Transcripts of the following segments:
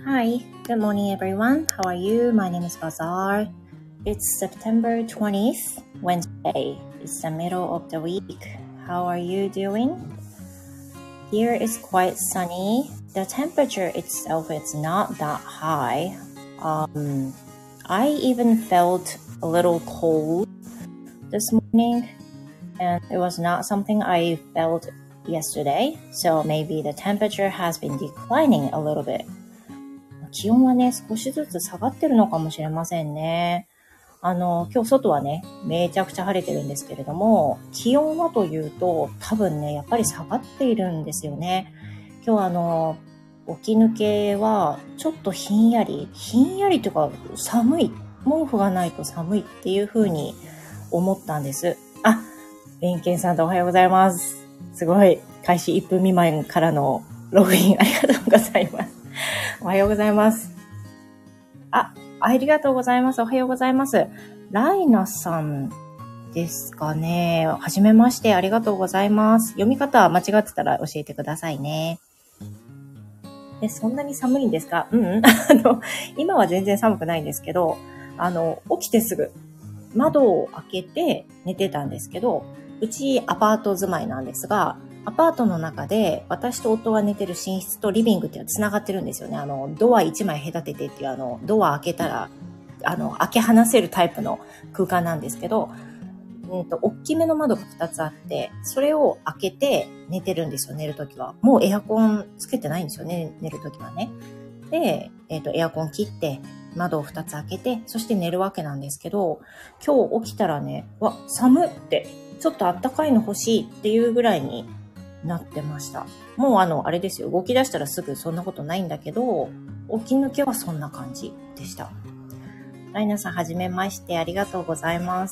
Hi, good morning everyone. How are you? My name is Bazaar. It's September 20th, Wednesday. It's the middle of the week. How are you doing? Here is quite sunny. The temperature itself is not that high. I even felt a little cold this morning, and it was not something I felt yesterday. So maybe the temperature has been declining a little bit. 気温はね、少しずつ下がってるのかもしれませんね。今日外はね、めちゃくちゃ晴れてるんですけれども、気温はというと、多分ね、やっぱり下がっているんですよね。今日起き抜けは、ちょっとひんやりというか、寒い。毛布がないと寒いっていう風に思ったんです。あ、ベンケンさんとおはようございます。すごい、開始1分未満からのログインありがとうございます。おはようございます。ありがとうございます。おはようございます。ライナさんですかね。はじめまして、ありがとうございます。読み方間違ってたら教えてくださいね。そんなに寒いんですか？今は全然寒くないんですけど、起きてすぐ窓を開けて寝てたんですけど、うちアパート住まいなんですが、アパートの中で私と夫が寝てる寝室とリビングっていうのは繋がってるんですよね。ドア1枚隔ててっていうドア開けたら、開け放せるタイプの空間なんですけど、大きめの窓が2つあって、それを開けて寝てるんですよ、寝るときは。もうエアコンつけてないんですよね、寝るときはね。で、エアコン切って、窓を2つ開けて、そして寝るわけなんですけど、今日起きたらね、寒って、ちょっとあったかいの欲しいっていうぐらいになってました。もうあれですよ、動き出したらすぐそんなことないんだけど、起き抜けはそんな感じでした。ライナさん、はじめまして、ありがとうございます。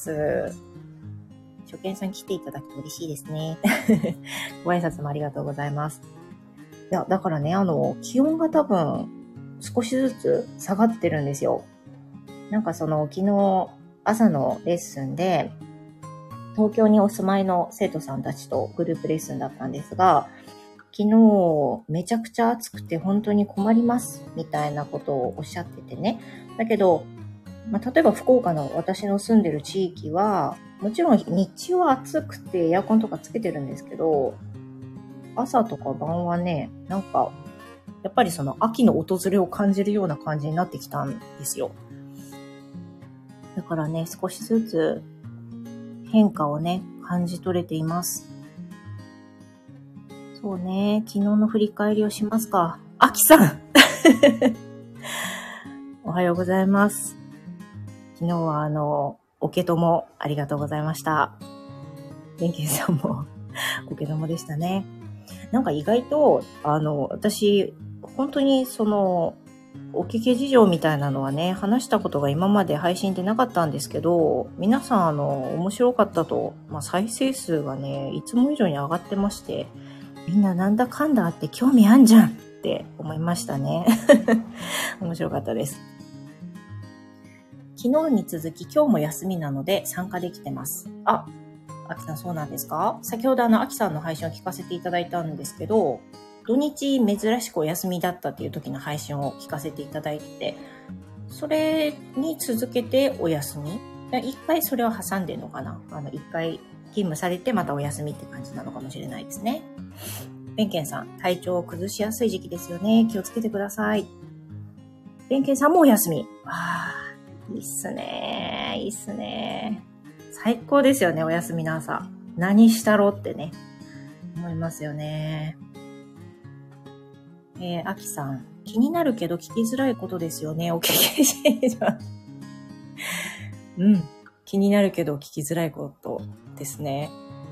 初見さん来ていただくと嬉しいですね。ご挨拶もありがとうございます。いや、だからね、気温が多分少しずつ下がってるんですよ。なんか昨日朝のレッスンで、東京にお住まいの生徒さんたちとグループレッスンだったんですが、昨日めちゃくちゃ暑くて本当に困りますみたいなことをおっしゃっててね。だけど、例えば福岡の私の住んでる地域は、もちろん日中は暑くてエアコンとかつけてるんですけど、朝とか晩はね、なんか、やっぱり秋の訪れを感じるような感じになってきたんですよ。だからね、少しずつ変化をね、感じ取れています。そうね、昨日の振り返りをしますか。あきさんおはようございます。昨日はおけともありがとうございました。ベンケンさんもおけともでしたね。なんか意外と、私、本当におけけ事情みたいなのはね、話したことが今まで配信でなかったんですけど、皆さん面白かったと、再生数がね、いつも以上に上がってまして、みんななんだかんだあって興味あんじゃんって思いましたね。面白かったです。昨日に続き今日も休みなので参加できてます。あきさんそうなんですか？先ほどあきさんの配信を聞かせていただいたんですけど、土日珍しくお休みだったっていう時の配信を聞かせていただいて、それに続けてお休み？一回それを挟んでるのかな？一回勤務されてまたお休みって感じなのかもしれないですね。ベンケンさん、体調を崩しやすい時期ですよね。気をつけてください。ベンケンさんもお休み。いいっすね。いいっすね。最高ですよね、お休みの朝。何したろってね、思いますよね。あきさん、気になるけど聞きづらいことですよね。お聞きします。気になるけど聞きづらいことですね。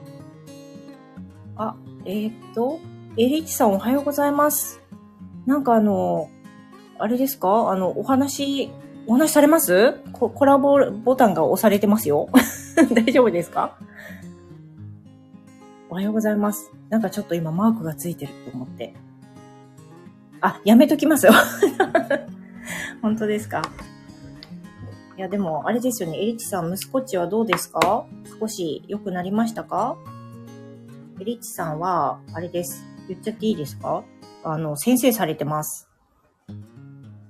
エリッチさんおはようございます。なんかあれですか？お話されます？コラボボタンが押されてますよ。大丈夫ですか？おはようございます。なんかちょっと今マークがついてると思って。やめときますよ。本当ですか？いや、でも、あれですよね。エリッチさん、息子っちはどうですか？少し良くなりましたか？エリッチさんは、あれです。言っちゃっていいですか？先生されてます。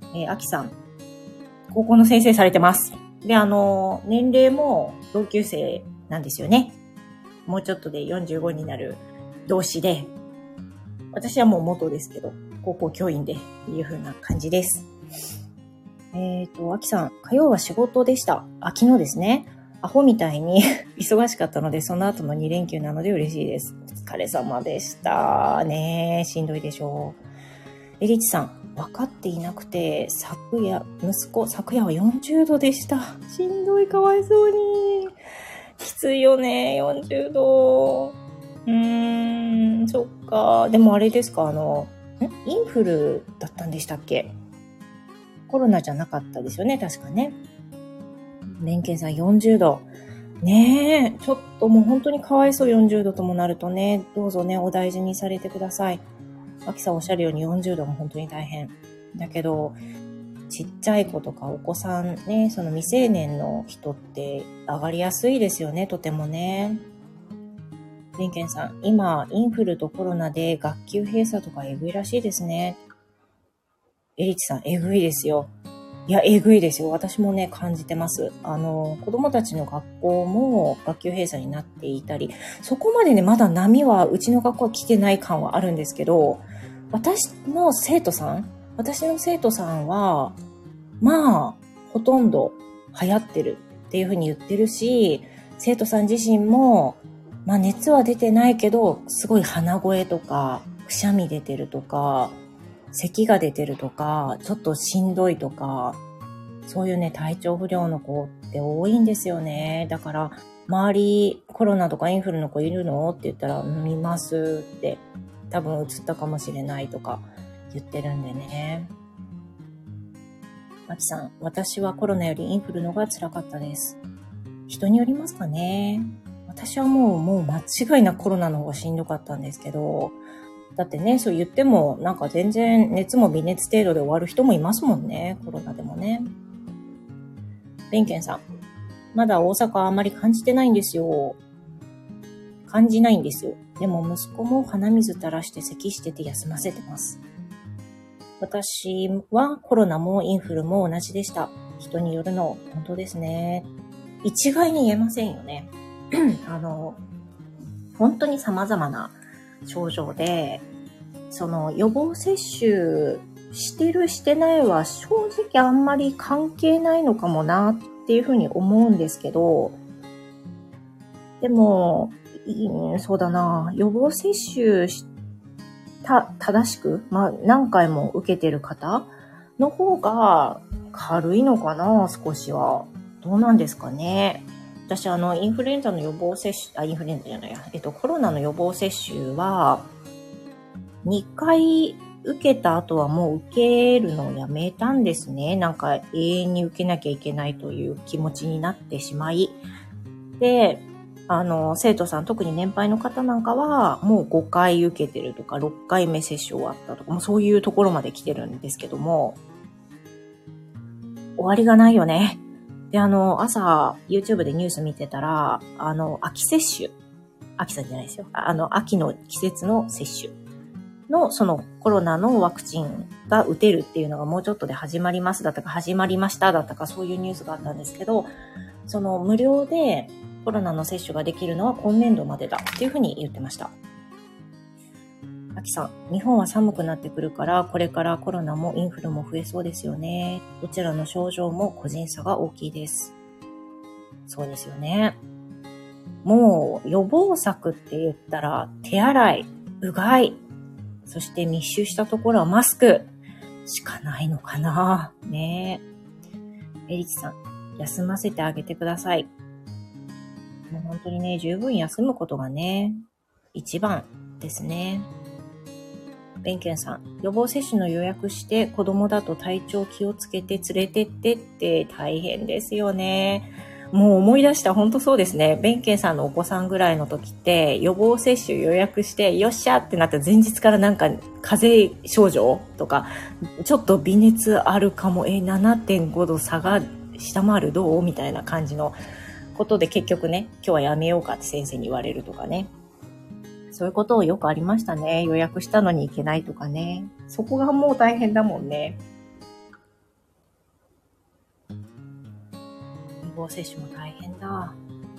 あきさん、高校の先生されてます。で、年齢も同級生なんですよね。もうちょっとで45になる同志で、私はもう元ですけど、高校教員でっていう風な感じです。あきさん、火曜は仕事でした。昨日ですね。アホみたいに忙しかったので、その後の2連休なので嬉しいです。お疲れ様でした。ねえ、しんどいでしょう。エリチさん、分かっていなくて、昨夜は40度でした。しんどい、かわいそうに。きついよね、40度。そっか。でもあれですか、インフルだったんでしたっけ？コロナじゃなかったですよね、確かね。弁慶さん40度。ねえ、ちょっともう本当にかわいそう40度ともなるとね、どうぞね、お大事にされてください。あきさんおっしゃるように40度も本当に大変。だけど、ちっちゃい子とかお子さんね、その未成年の人って上がりやすいですよね、とてもね。弁慶さん、今、インフルとコロナで学級閉鎖とかえぐいらしいですね。エリチさん、えぐいですよ。いや、えぐいですよ。私もね、感じてます。子供たちの学校も学級閉鎖になっていたり、そこまでね、まだ波は、うちの学校は来てない感はあるんですけど、私の生徒さんは、まあ、ほとんど流行ってるっていうふうに言ってるし、生徒さん自身も、まあ熱は出てないけど、すごい鼻声とか、くしゃみ出てるとか、咳が出てるとか、ちょっとしんどいとか、そういうね、体調不良の子って多いんですよね。だから、周りコロナとかインフルの子いるのって言ったら、いますって、多分移ったかもしれないとか言ってるんでね。あきさん、私はコロナよりインフルのが辛かったです。人によりますかね。私はもう間違いなくコロナの方がしんどかったんですけど、だってね、そう言ってもなんか全然熱も微熱程度で終わる人もいますもんね、コロナでもね。弁慶さん、まだ大阪あんまり感じてないんですよ。感じないんですよ。でも息子も鼻水垂らして咳してて休ませてます。私はコロナもインフルも同じでした。人によるの、本当ですね。一概に言えませんよね。本当に様々な症状で、その予防接種してるしてないは正直あんまり関係ないのかもなっていうふうに思うんですけど、でも、そうだな、予防接種正しく、まあ何回も受けてる方の方が軽いのかな、少しは。どうなんですかね。私インフルエンザの予防接種、インフルエンザじゃないや、コロナの予防接種は、2回受けた後はもう受けるのをやめたんですね。なんか永遠に受けなきゃいけないという気持ちになってしまい。で、生徒さん、特に年配の方なんかは、もう5回受けてるとか、6回目接種終わったとか、もうそういうところまで来てるんですけども、終わりがないよね。で、朝、YouTube でニュース見てたら、秋接種。秋さんじゃないですよ。秋の季節の接種の、そのコロナのワクチンが打てるっていうのがもうちょっとで始まりますだったか、始まりましただったか、そういうニュースがあったんですけど、その無料でコロナの接種ができるのは今年度までだっていうふうに言ってました。秋さん、日本は寒くなってくるから、これからコロナもインフルも増えそうですよね。どちらの症状も個人差が大きいです。そうですよね。もう予防策って言ったら手洗い、うがい、そして密集したところはマスクしかないのかな。ねえ。エリチさん、休ませてあげてください。もう本当にね、十分休むことがね、一番ですね。ベンケンさん、予防接種の予約して子供だと体調気をつけて連れてってって大変ですよね。もう思い出した、本当そうですね。ベンケンさんのお子さんぐらいの時って予防接種予約してよっしゃってなった前日からなんか風邪症状とかちょっと微熱あるかも、7.5 度下が下回るどうみたいな感じのことで結局ね、今日はやめようかって先生に言われるとかね。そういうことをよくありましたね。予約したのに行けないとかね。そこがもう大変だもんね。 防接種も大変だ。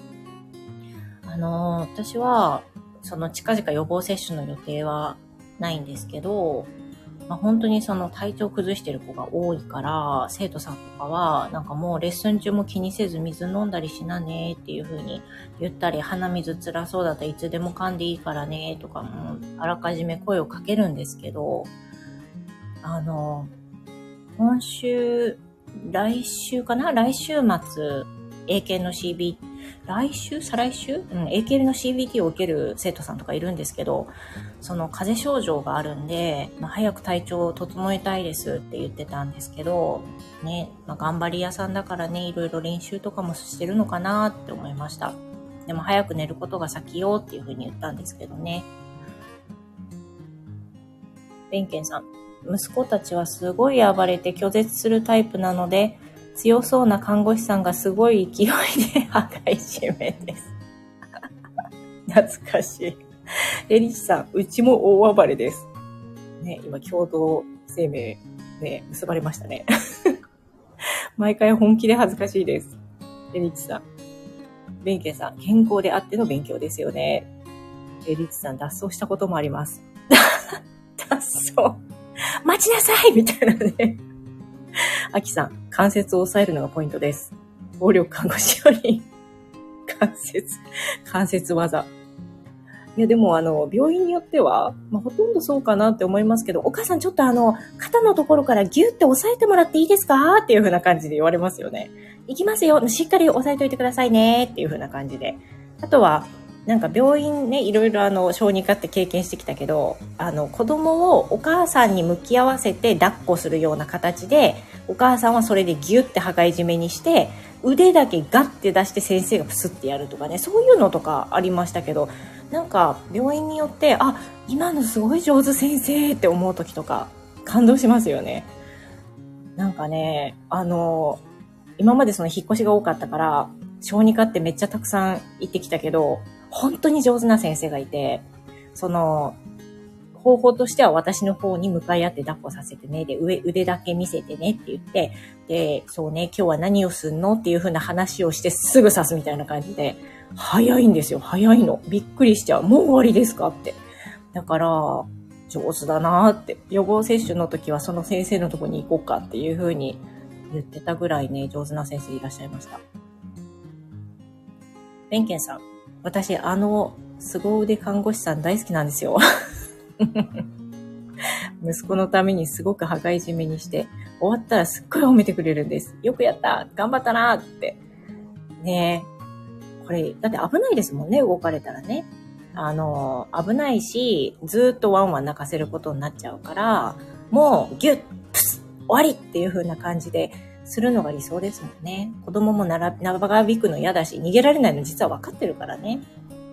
私は、近々予防接種の予定はないんですけど、本当に体調崩してる子が多いから、生徒さんとかは、なんかもうレッスン中も気にせず水飲んだりしなねっていう風に言ったり、鼻水辛そうだったらいつでも噛んでいいからねとかも、あらかじめ声をかけるんですけど、来週末、英検の CBT、再来週英検の CBT を受ける生徒さんとかいるんですけど、風邪症状があるんで、早く体調を整えたいですって言ってたんですけど、ね、頑張り屋さんだからね、いろいろ練習とかもしてるのかなって思いました。でも早く寝ることが先よっていうふうに言ったんですけどね。ベンケンさん、息子たちはすごい暴れて拒絶するタイプなので、強そうな看護師さんがすごい勢いで羽交い締めです。懐かしい。エリチさん、うちも大暴れです。ね、今共同声明ね、結ばれましたね。毎回本気で恥ずかしいです。エリチさん。ベンケンさん、健康であっての勉強ですよね。エリチさん、脱走したこともあります。脱走。待ちなさいみたいなね。アキさん、関節を押さえるのがポイントです。暴力看護師より関節技。いやでも病院によっては、ほとんどそうかなって思いますけど、お母さんちょっと肩のところからギュッて押さえてもらっていいですかっていう風な感じで言われますよね。行きますよ。しっかり押さえといてくださいねっていう風な感じで。あとは、なんか病院ね、いろいろ小児科って経験してきたけど、子供をお母さんに向き合わせて抱っこするような形で、お母さんはそれでギュッて羽交い締めにして、腕だけガッて出して先生がプスってやるとかね、そういうのとかありましたけど、なんか病院によって、今のすごい上手先生って思う時とか感動しますよね。なんかね、今まで引っ越しが多かったから、小児科ってめっちゃたくさん行ってきたけど、本当に上手な先生がいて、方法としては私の方に向かい合って抱っこさせてね、で、腕だけ見せてねって言って、で、そうね、今日は何をすんのっていう風な話をしてすぐ刺すみたいな感じで、早いんですよ、早いの。びっくりしちゃう。もう終わりですかって。だから、上手だなーって。予防接種の時はその先生のとこに行こうかっていう風に言ってたぐらいね、上手な先生いらっしゃいました。ベンケンさん、私、凄腕看護師さん大好きなんですよ。息子のためにすごく羽交い締めにして、終わったらすっごい褒めてくれるんです。よくやった頑張ったなって。ねえ。これ、だって危ないですもんね、動かれたらね。危ないし、ずっとワンワン泣かせることになっちゃうから、もう、ギュッ、プス、終わりっていう風な感じでするのが理想ですもんね。子供も長引くの嫌だし、逃げられないの実は分かってるからね。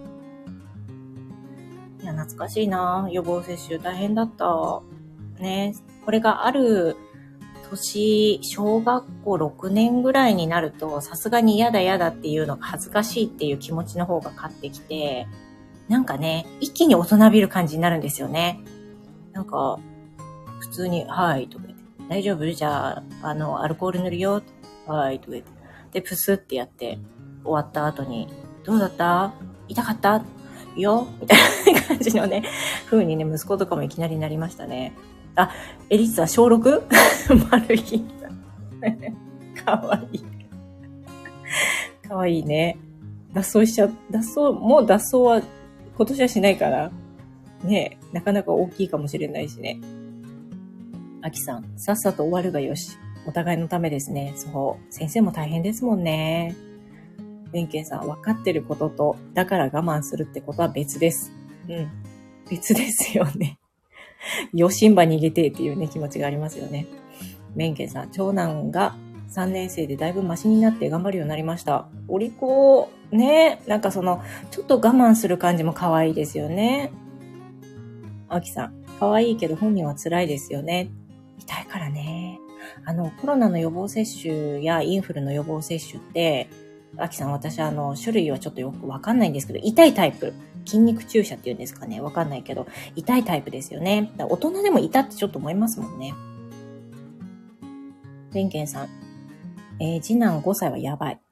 いや、懐かしいな。予防接種大変だった。ね。これがある年、小学校6年ぐらいになると、さすがに嫌だっていうのが恥ずかしいっていう気持ちの方が勝ってきて、なんかね、一気に大人びる感じになるんですよね。なんか、普通に、はいとか言って、大丈夫じゃあ、アルコール塗るよ。はいとか言って。で、プスってやって、終わった後に、どうだった？痛かった？よみたいな感じのね、風にね、息子とかもいきなりなりましたね。あ、エリッツは小 6？ 丸い。かわいい。かわいいね。脱走は今年はしないから。ねえ、なかなか大きいかもしれないしね。アキさん、さっさと終わるがよし。お互いのためですね。そう。先生も大変ですもんね。ベンケンさん、分かってることと、だから我慢するってことは別です。うん。別ですよね。余震場に入れてっていうね、気持ちがありますよね。ベンケンさん、長男が3年生でだいぶマシになって頑張るようになりました。お利口、ね。なんかちょっと我慢する感じも可愛いですよね。アキさん、可愛いけど本人は辛いですよね。痛いからね。コロナの予防接種やインフルの予防接種って、アキさん、私種類はちょっとよくわかんないんですけど、痛いタイプ。筋肉注射っていうんですかね。わかんないけど、痛いタイプですよね。大人でも痛ってちょっと思いますもんね。ベンケンさん、次男5歳はやばい。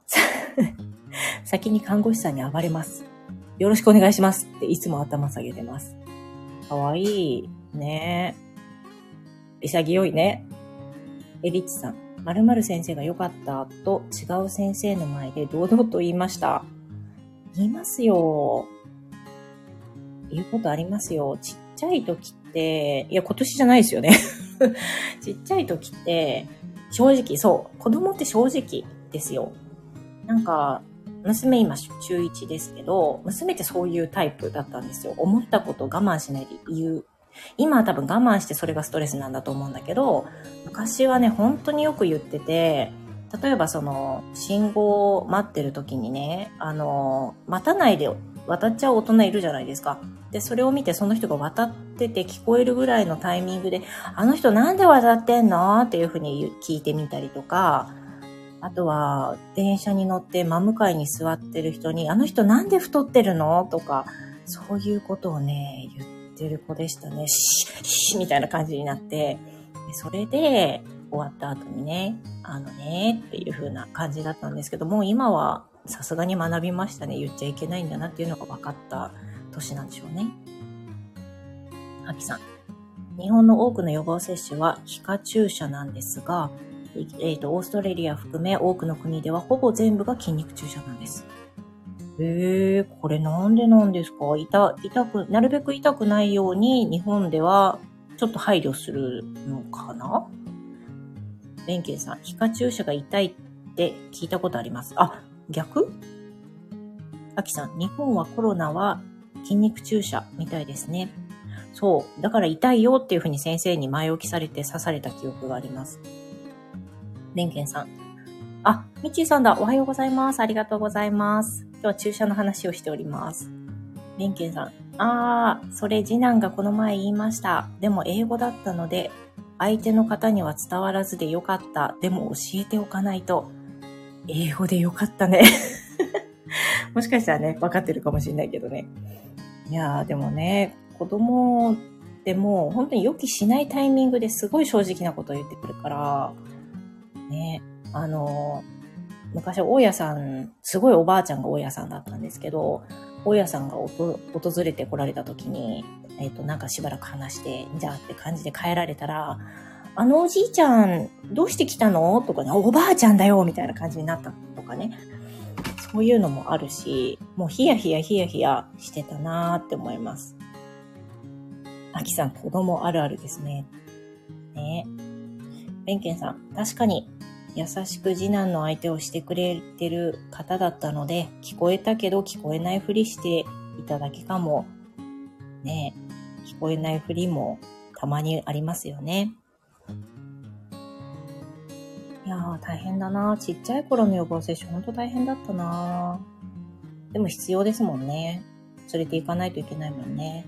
先に看護師さんに暴れます。よろしくお願いしますっていつも頭下げてます。かわいい。ねえ。潔いね。エリッチさん。〇〇先生が良かったと違う先生の前で堂々と言いました。言いますよ。言うことありますよ。ちっちゃい時って、いや今年じゃないですよね。ちっちゃい時って、正直そう、子供って正直ですよ。なんか、娘今中1ですけど、娘ってそういうタイプだったんですよ。思ったことを我慢しないで言う。今は多分我慢してそれがストレスなんだと思うんだけど、昔はね、本当によく言ってて、例えばその、信号を待ってる時にね、待たないで渡っちゃう大人いるじゃないですか。で、それを見てその人が渡ってて聞こえるぐらいのタイミングで、あの人なんで渡ってんのっていうふうに聞いてみたりとか、あとは、電車に乗って真向かいに座ってる人に、あの人なんで太ってるのとか、そういうことをね、言ってる子でしたね。シッみたいな感じになって、それで終わった後にね、っていう風な感じだったんですけども、今はさすがに学びましたね。言っちゃいけないんだなっていうのが分かった年なんでしょうね。あきさん。日本の多くの予防接種は皮下注射なんですが、オーストラリア含め多くの国ではほぼ全部が筋肉注射なんです。これなんでなんですか？なるべく痛くないように日本ではちょっと配慮するのかな？弁慶さん、皮下注射が痛いって聞いたことあります。あ、逆？あきさん、日本はコロナは筋肉注射みたいですね。そう。だから痛いよっていうふうに先生に前置きされて刺された記憶があります。レンケンさん。あ、ミッチーさんだ。おはようございます。ありがとうございます。今日は注射の話をしております。レンケンさん。それ次男がこの前言いました。でも英語だったので、相手の方には伝わらずでよかった。でも教えておかないと。英語でよかったね。もしかしたらね、分かってるかもしれないけどね。いやー、でもね、子供ってもう本当に予期しないタイミングですごい正直なことを言ってくるから、ね、昔大家さん、すごいおばあちゃんが大家さんだったんですけど、大家さんが訪れて来られた時に、なんかしばらく話して、じゃあって感じで帰られたら、あのおじいちゃん、どうして来たのとかね、おばあちゃんだよみたいな感じになったとかね。そういうのもあるし、もうヒヤヒヤしてたなーって思います。あきさん、子供あるあるですね。ね。ベンケンさん、確かに優しく次男の相手をしてくれてる方だったので、聞こえたけど聞こえないふりしていただけかも。ね。聞こえないふりもたまにありますよね。いやー、大変だな。ちっちゃい頃の予防接種ほんと大変だったな。でも必要ですもんね。連れて行かないといけないもんね。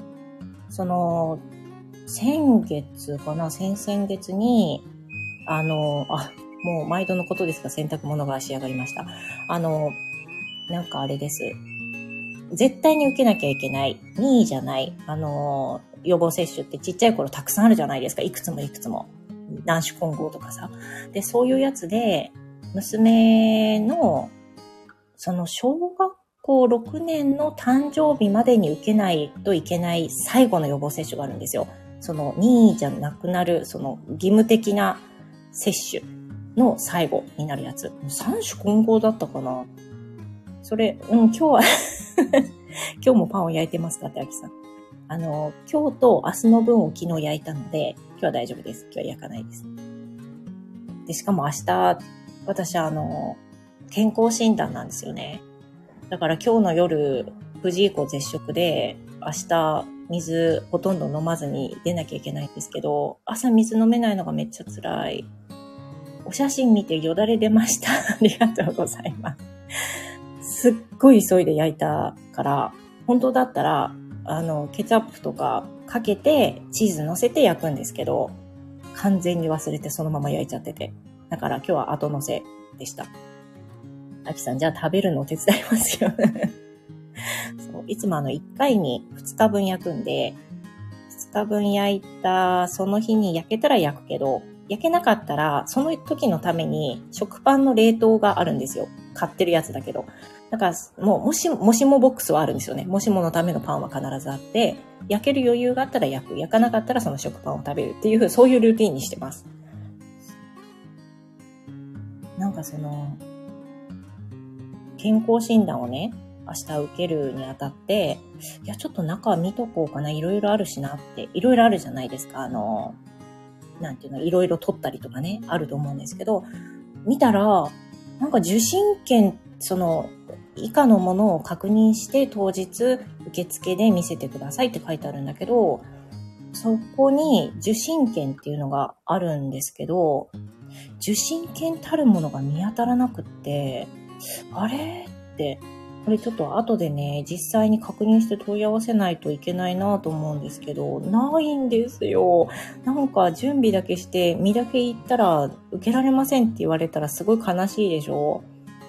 先月かな、先々月に、もう毎度のことですが洗濯物が仕上がりました。なんかあれです。絶対に受けなきゃいけない。任意じゃない。予防接種ってちっちゃい頃たくさんあるじゃないですか。いくつも。卵子混合とかさ。で、そういうやつで、娘の、小学校6年の誕生日までに受けないといけない最後の予防接種があるんですよ。任意じゃなくなる、義務的な接種の最後になるやつ。3種混合だったかな。それ、今日は今日もパンを焼いてますかってあきさん。今日と明日の分を昨日焼いたので、今日は大丈夫です。今日は焼かないです。で、しかも明日、私健康診断なんですよね。だから今日の夜9時以降絶食で、明日水ほとんど飲まずに出なきゃいけないんですけど、朝水飲めないのがめっちゃ辛い。お写真見てよだれ出ました。ありがとうございます。すっごい急いで焼いたから、本当だったら、ケチャップとかかけてチーズ乗せて焼くんですけど、完全に忘れてそのまま焼いちゃってて。だから今日は後乗せでした。あきさん、じゃあ食べるのを手伝いますよ。そう、いつも1回に2日分焼くんで、2日分焼いたその日に焼けたら焼くけど、 焼けなかったら、その時のために食パンの冷凍があるんですよ。買ってるやつだけど。だから、もしもボックスはあるんですよね。もしものためのパンは必ずあって、焼ける余裕があったら焼く。焼かなかったらその食パンを食べるっていう、そういうルーティンにしてます。なんか健康診断をね、明日受けるにあたって、いや、ちょっと中見とこうかな。いろいろあるしなって。いろいろあるじゃないですか。なんていうの、いろいろ取ったりとかね、あると思うんですけど、見たら、なんか受診券、以下のものを確認して当日受付で見せてくださいって書いてあるんだけど、そこに受診券っていうのがあるんですけど、受診券たるものが見当たらなくって、あれって、これちょっと後でね、実際に確認して問い合わせないといけないなと思うんですけど、ないんですよ。なんか準備だけして、身だけ言ったら受けられませんって言われたらすごい悲しいでしょ。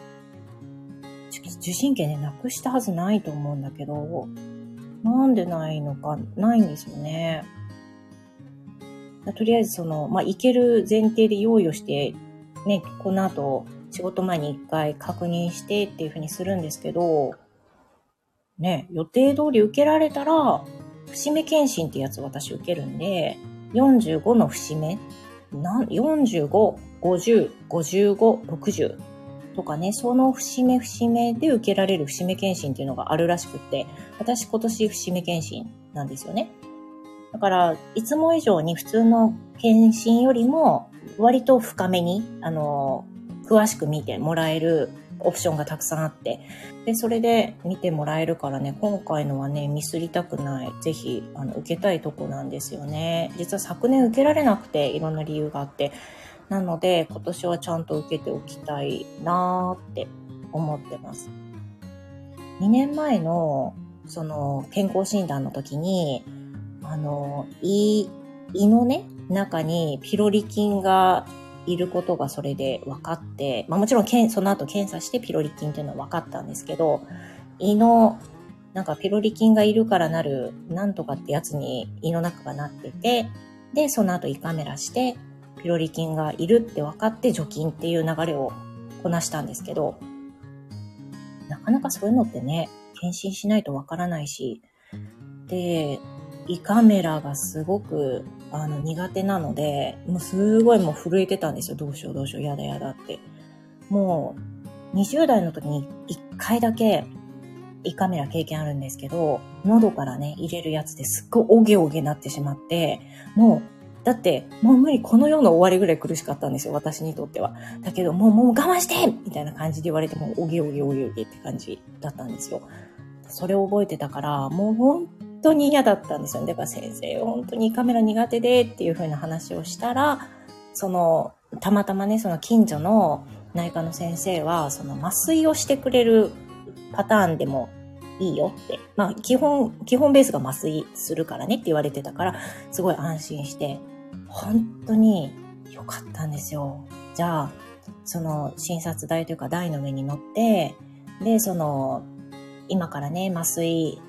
受診券ね、なくしたはずないと思うんだけど、なんでないのか、ないんですよね。とりあえず行ける前提で用意をして、ね、この後、仕事前に一回確認してっていう風にするんですけど、ね、予定通り受けられたら、節目検診ってやつ私受けるんで、45の節目、45、50、55、60とかね、その節目で受けられる節目検診っていうのがあるらしくって、私今年節目検診なんですよね。だから、いつも以上に普通の検診よりも、割と深めに、詳しく見てもらえるオプションがたくさんあって、で、それで見てもらえるからね、今回のはね、ミスりたくない。ぜひ、受けたいとこなんですよね。実は昨年受けられなくて、いろんな理由があって。なので、今年はちゃんと受けておきたいなーって思ってます。2年前の、健康診断の時に、胃のね、中にピロリ菌がいることがそれで分かって、もちろんその後検査してピロリ菌っていうのは分かったんですけど、胃の、なんかピロリ菌がいるからなる、なんとかってやつに胃の中がなってて、で、その後胃カメラして、ピロリ菌がいるって分かって除菌っていう流れをこなしたんですけど、なかなかそういうのってね、検診しないと分からないし、で、胃カメラがすごく苦手なので、もうすごいもう震えてたんですよ。どうしよう、やだって。もう20代の時に1回だけ胃カメラ経験あるんですけど、喉からね、入れるやつですっごいおげおげなってしまって、だってもう無理、この世の終わりぐらい苦しかったんですよ、私にとっては。だけどもう我慢してみたいな感じで言われてもおげおげって感じだったんですよ。それを覚えてたから、もう本当に嫌だったんですよね。だから先生、本当にカメラ苦手でっていう風な話をしたら、たまたまね、近所の内科の先生は、麻酔をしてくれるパターンでもいいよって。基本ベースが麻酔するからねって言われてたから、すごい安心して、本当に良かったんですよ。じゃあ、診察台というか台の上に乗って、で、今からね、麻酔、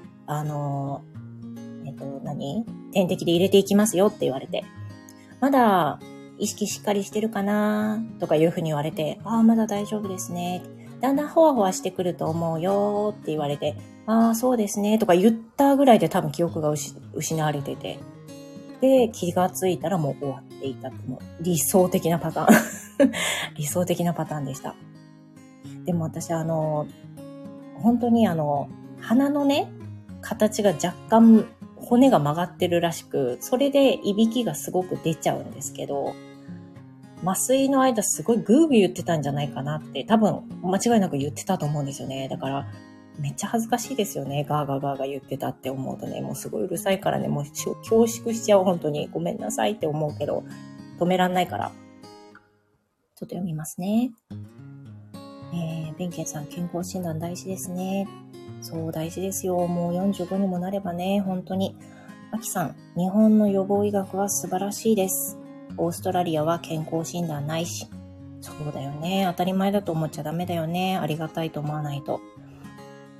点滴で入れていきますよって言われて、まだ意識しっかりしてるかなとかいうふうに言われて、まだ大丈夫ですね。だんだんほわほわしてくると思うよって言われて、そうですねとか言ったぐらいで多分記憶が失われてて、で、気がついたらもう終わっていたって、もう理想的なパターン。理想的なパターンでした。でも私本当に鼻のね、形が若干骨が曲がってるらしく、それでいびきがすごく出ちゃうんですけど、麻酔の間すごいグーグー言ってたんじゃないかなって多分間違いなく言ってたと思うんですよね。だからめっちゃ恥ずかしいですよね。ガーガーガーガー言ってたって思うとね、もうすごいうるさいからね、もう恐縮しちゃう。本当にごめんなさいって思うけど、止めらんないから。ちょっと読みますね。ベンケンさん、健康診断大事ですね。そう大事ですよ。もう45にもなればね、本当に。アキさん、日本の予防医学は素晴らしいです。オーストラリアは健康診断ないし。そうだよね。当たり前だと思っちゃダメだよね。ありがたいと思わないと。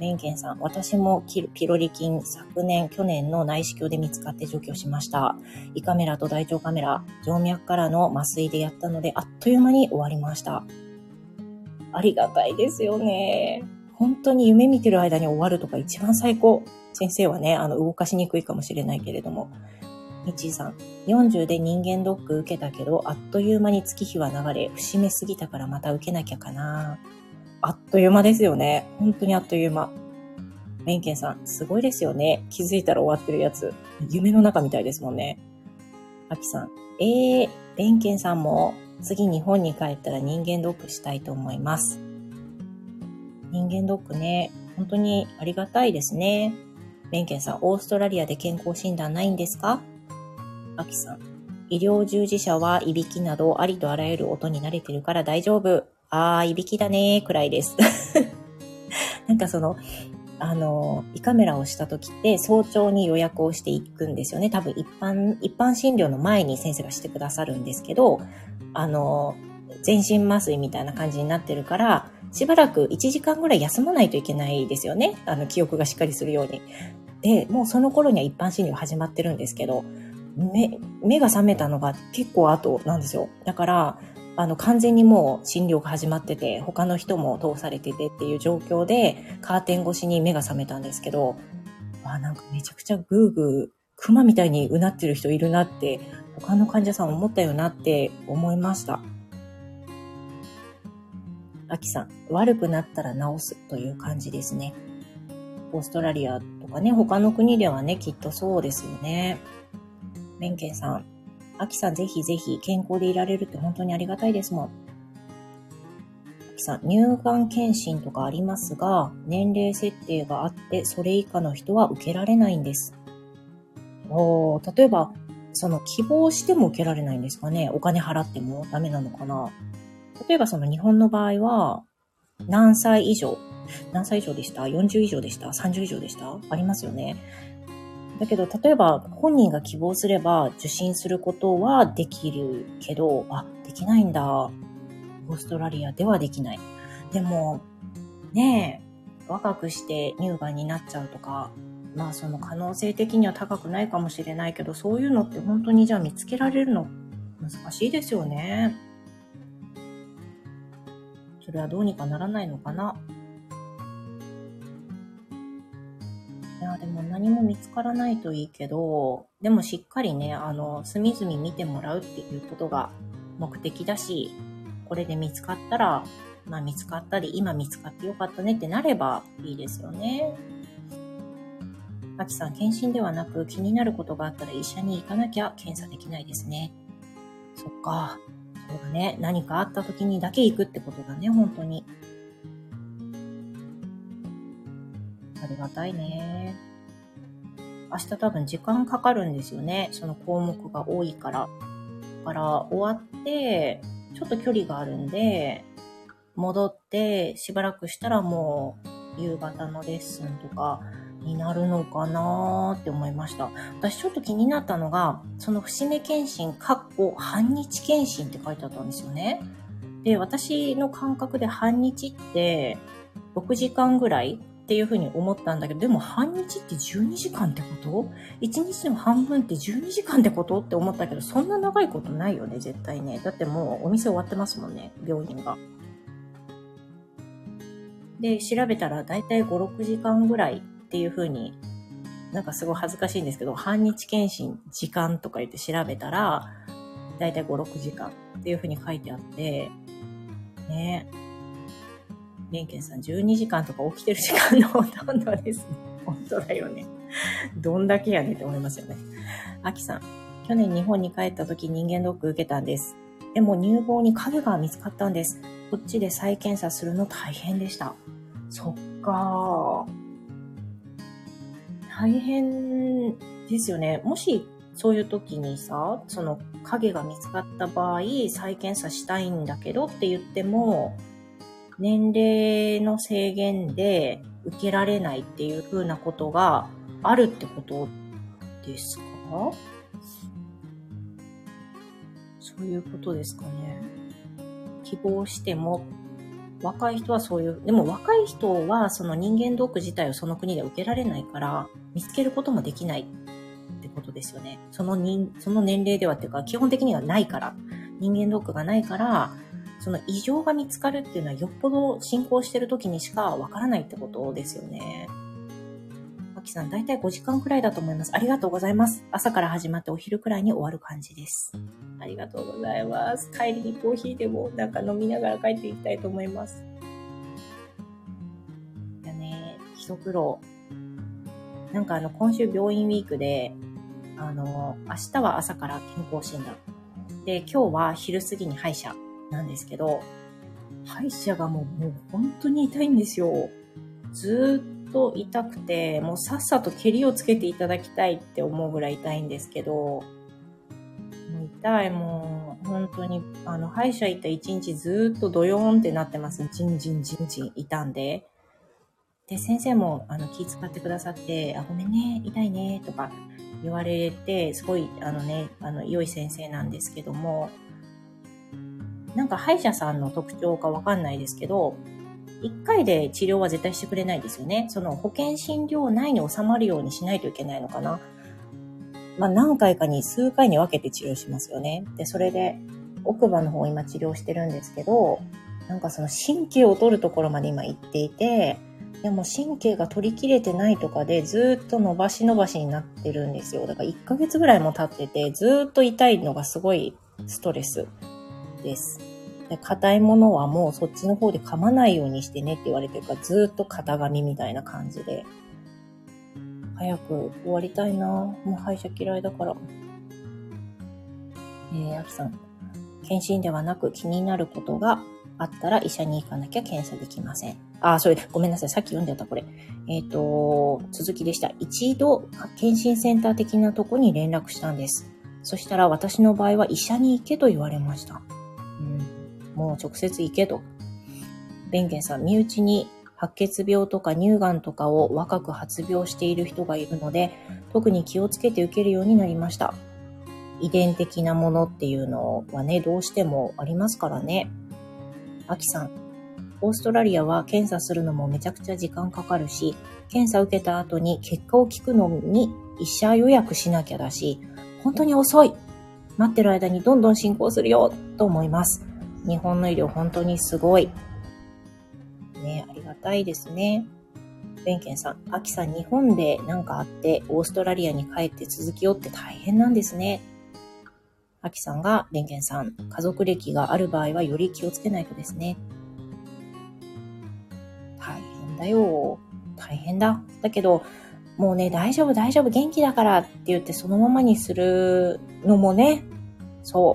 メンケンさん、私もピロリ菌去年の内視鏡で見つかって除去しました。胃カメラと大腸カメラ、静脈からの麻酔でやったので、あっという間に終わりました。ありがたいですよね。本当に夢見てる間に終わるとか一番最高。先生はね、動かしにくいかもしれないけれども。みちーさん、40で人間ドック受けたけど、あっという間に月日は流れ、節目すぎたからまた受けなきゃかな。あっという間ですよね。本当にあっという間。メンケンさん、すごいですよね。気づいたら終わってるやつ。夢の中みたいですもんね。あきさん、メンケンさんも次日本に帰ったら人間ドックしたいと思います。人間ドックね、本当にありがたいですね。メンケンさん、オーストラリアで健康診断ないんですか？あきさん、医療従事者はいびきなどありとあらゆる音に慣れてるから大丈夫。いびきだねーくらいです。なんか胃カメラをした時って早朝に予約をしていくんですよね。多分一般診療の前に先生がしてくださるんですけど、全身麻酔みたいな感じになってるから、しばらく1時間ぐらい休まないといけないですよね。記憶がしっかりするように。で、もうその頃には一般診療始まってるんですけど、目が覚めたのが結構後なんですよ。だから、完全にもう診療が始まってて、他の人も通されててっていう状況で、カーテン越しに目が覚めたんですけど、なんかめちゃくちゃグーグー、熊みたいにうなってる人いるなって、他の患者さん思ったよなって思いました。あきさん、悪くなったら治すという感じですね。オーストラリアとかね、他の国ではね、きっとそうですよね。メンケンさん、あきさんぜひぜひ健康でいられるって本当にありがたいですもん。あきさん、乳がん検診とかありますが、年齢設定があって、それ以下の人は受けられないんです。例えば、希望しても受けられないんですかね？お金払ってもダメなのかな？例えば日本の場合は、何歳以上でした？ 40 以上でした？ 30 以上でした？ありますよね。だけど、例えば本人が希望すれば受診することはできるけど、できないんだ。オーストラリアではできない。でも、ねえ、若くして乳がんになっちゃうとか、その可能性的には高くないかもしれないけど、そういうのって本当にじゃあ見つけられるの難しいですよね。それはどうにかならないのかな。いや、でも何も見つからないといいけど、でもしっかりね、隅々見てもらうっていうことが目的だし、これで見つかったら、見つかったり、今見つかってよかったねってなればいいですよね。あきさん、検診ではなく気になることがあったら医者に行かなきゃ検査できないですね。そっか。そうだね。何かあった時にだけ行くってことだね、本当に。ありがたいね。明日多分時間かかるんですよね。その項目が多いから。だから終わって、ちょっと距離があるんで、戻ってしばらくしたらもう夕方のレッスンとかになるのかなーって思いました。私ちょっと気になったのが、その節目検診、半日検診って書いてあったんですよね。で、私の感覚で半日って6時間ぐらいっていうふうに思ったんだけど、でも半日って12時間ってこと？ 1 日の半分って12時間ってことって思ったけど、そんな長いことないよね、絶対ね。だってもうお店終わってますもんね、病院が。で、調べたらだいたい5、6時間ぐらいっていう風に、なんかすごい恥ずかしいんですけど、半日検診時間とか言って調べたら、だいたい5、6時間っていう風に書いてあって、ね。メンケンさん12時間とか起きてる時間のほとんどですね。本当だよね。どんだけやねんって思いますよね。アキさん、去年日本に帰った時人間ドック受けたんです。でも乳房に影が見つかったんです。こっちで再検査するの大変でした。そっか。大変ですよね。もしそういう時にさ、その影が見つかった場合、再検査したいんだけどって言っても、年齢の制限で受けられないっていう風なことがあるってことですか？そういうことですかね。希望しても若い人はそういう、でも若い人はその人間ドック自体をその国で受けられないから、見つけることもできないってことですよね。その年齢ではっていうか、基本的にはないから、人間ドックがないから、その異常が見つかるっていうのはよっぽど進行してる時にしかわからないってことですよね。あきさん、だいたい5時間くらいだと思います。ありがとうございます。朝から始まってお昼くらいに終わる感じです。ありがとうございます。帰りにコーヒーでもなんか飲みながら帰っていきたいと思います。じゃあね、一苦労。なんか今週病院ウィークで、明日は朝から健康診断。で、今日は昼過ぎに歯医者なんですけど、歯医者がもう本当に痛いんですよ。ずーっと痛くて、もうさっさと蹴りをつけていただきたいって思うぐらい痛いんですけど、もう痛い、もう本当に、歯医者行った一日ずーっとドヨーンってなってます。ジンジン痛んで。で、先生も気遣ってくださって、ごめんね、痛いね、とか言われて、すごい、良い先生なんですけども、なんか歯医者さんの特徴かわかんないですけど、1回で治療は絶対してくれないですよね。その保険診療内に収まるようにしないといけないのかな。まあ何回かに数回に分けて治療しますよね。で、それで奥歯の方を今治療してるんですけど、なんかその神経を取るところまで今行っていて、でも神経が取り切れてないとかでずっと伸ばしになってるんですよ。だから1ヶ月ぐらいも経ってて、ずっと痛いのがすごいストレスです。で、硬いものはもうそっちの方で噛まないようにしてねって言われてるから、ずっと型紙みたいな感じで。早く終わりたいな。もう歯医者嫌いだから。あきさん。検診ではなく気になることがあったら医者に行かなきゃ検査できません。それごめんなさい。さっき読んでたこれ。続きでした。一度、検診センター的なとこに連絡したんです。そしたら私の場合は医者に行けと言われました。もう直接行けと。弁慶さん、身内に白血病とか乳がんとかを若く発病している人がいるので、特に気をつけて受けるようになりました。遺伝的なものっていうのはね、どうしてもありますからね。あきさん、オーストラリアは検査するのもめちゃくちゃ時間かかるし、検査受けた後に結果を聞くのに医者予約しなきゃだし、本当に遅い。待ってる間にどんどん進行するよと思います。日本の医療本当にすごい。ね、ありがたいですね。弁慶さん、あきさん、日本で何かあってオーストラリアに帰って続きよって大変なんですね。あきさんが、弁慶さん、家族歴がある場合はより気をつけないとですね。大変だよ。大変だ。だけど、もうね、大丈夫、元気だからって言ってそのままにするのもね、そう。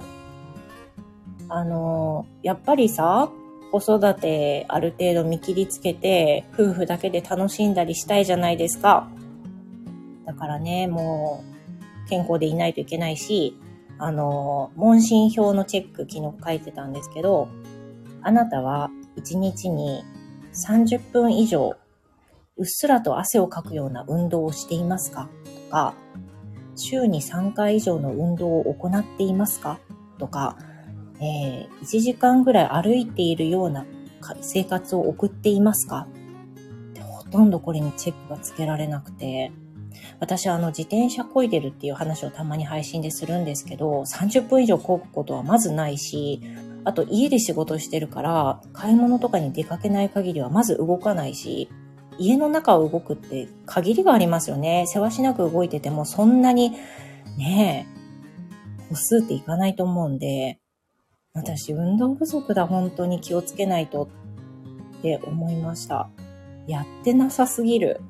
やっぱりさ、子育てある程度見切りつけて、夫婦だけで楽しんだりしたいじゃないですか。だからね、もう、健康でいないといけないし、問診票のチェック昨日書いてたんですけど、あなたは1日に30分以上、うっすらと汗をかくような運動をしていますかとか、週に3回以上の運動を行っていますかとか、1時間ぐらい歩いているような生活を送っていますかってほとんどこれにチェックがつけられなくて、私は自転車漕いでるっていう話をたまに配信でするんですけど、30分以上漕ぐことはまずないし、あと家で仕事してるから買い物とかに出かけない限りはまず動かないし、家の中を動くって限りがありますよね。せわしなく動いててもそんなにね歩数っていかないと思うんで、私運動不足だ、本当に気をつけないとって思いました。やってなさすぎる。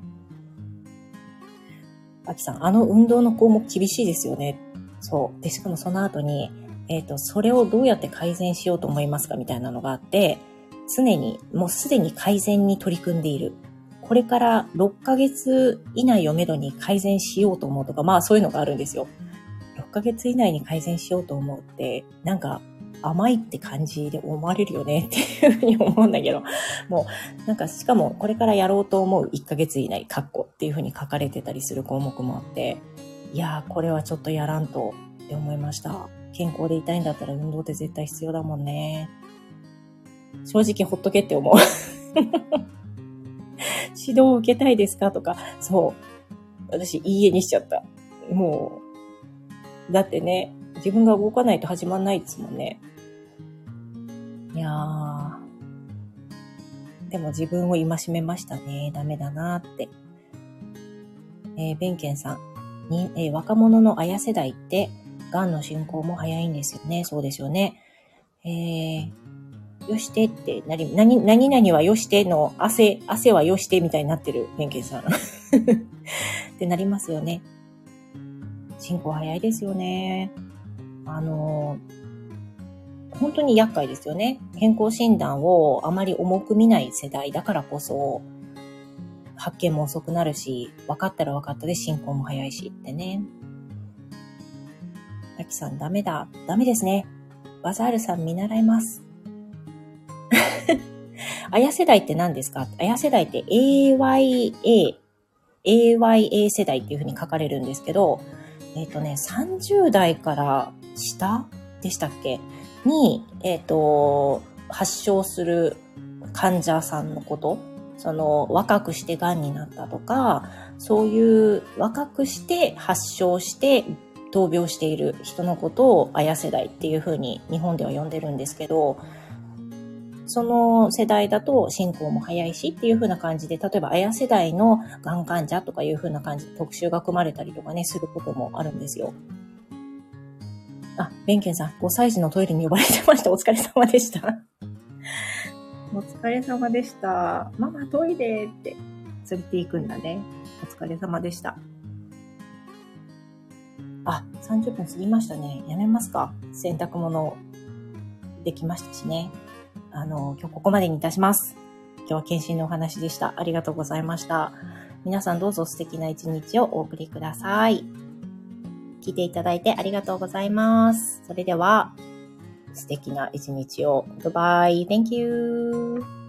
あきさん、運動の項目厳しいですよね。そう。で、しかもその後に、それをどうやって改善しようと思いますかみたいなのがあって、常に、もうすでに改善に取り組んでいる。これから6ヶ月以内をめどに改善しようと思うとか、まあそういうのがあるんですよ。6ヶ月以内に改善しようと思うって、なんか甘いって感じで思われるよねっていうふうに思うんだけど、もうなんかしかもこれからやろうと思う1ヶ月以内、っていうふうに書かれてたりする項目もあって、いやーこれはちょっとやらんとって思いました。健康でいたいんだったら運動って絶対必要だもんね。 正直ほっとけって思う。指導を受けたいですかとか、そう。私、いいえにしちゃった。もう、だってね、自分が動かないと始まんないですもんね。いやー。でも自分を戒めましたね。ダメだなーって。ベンケンさんに、若者の綾世代って、癌の進行も早いんですよね。そうですよね。よしてって何々はよしての汗はよしてみたいになってる、ベンケンさん。ってなりますよね。進行早いですよね。本当に厄介ですよね。健康診断をあまり重く見ない世代だからこそ、発見も遅くなるし、分かったら分かったで進行も早いしってね。タキさんダメですね。バザールさん見習います。綾世代って何ですか？綾世代って AYA 世代っていう風に書かれるんですけど、30代から下でしたっけに、発症する患者さんのこと、若くして癌になったとか、そういう若くして発症して闘病している人のことを綾世代っていう風に日本では呼んでるんですけど、その世代だと進行も早いしっていう風な感じで、例えば綾世代のがん患者とかいう風な感じで特集が組まれたりとかね、することもあるんですよ。あ、ベンケンさん、5歳児のトイレに呼ばれてました。お疲れ様でした。お疲れ様でした。ママトイレって連れて行くんだね。お疲れ様でした。あ、30分過ぎましたね。やめますか？洗濯物できましたしね。今日ここまでにいたします。今日は検診のお話でした。ありがとうございました。皆さんどうぞ素敵な一日をお送りください。聞いていただいてありがとうございます。それでは、素敵な一日を。Goodbye. Thank you.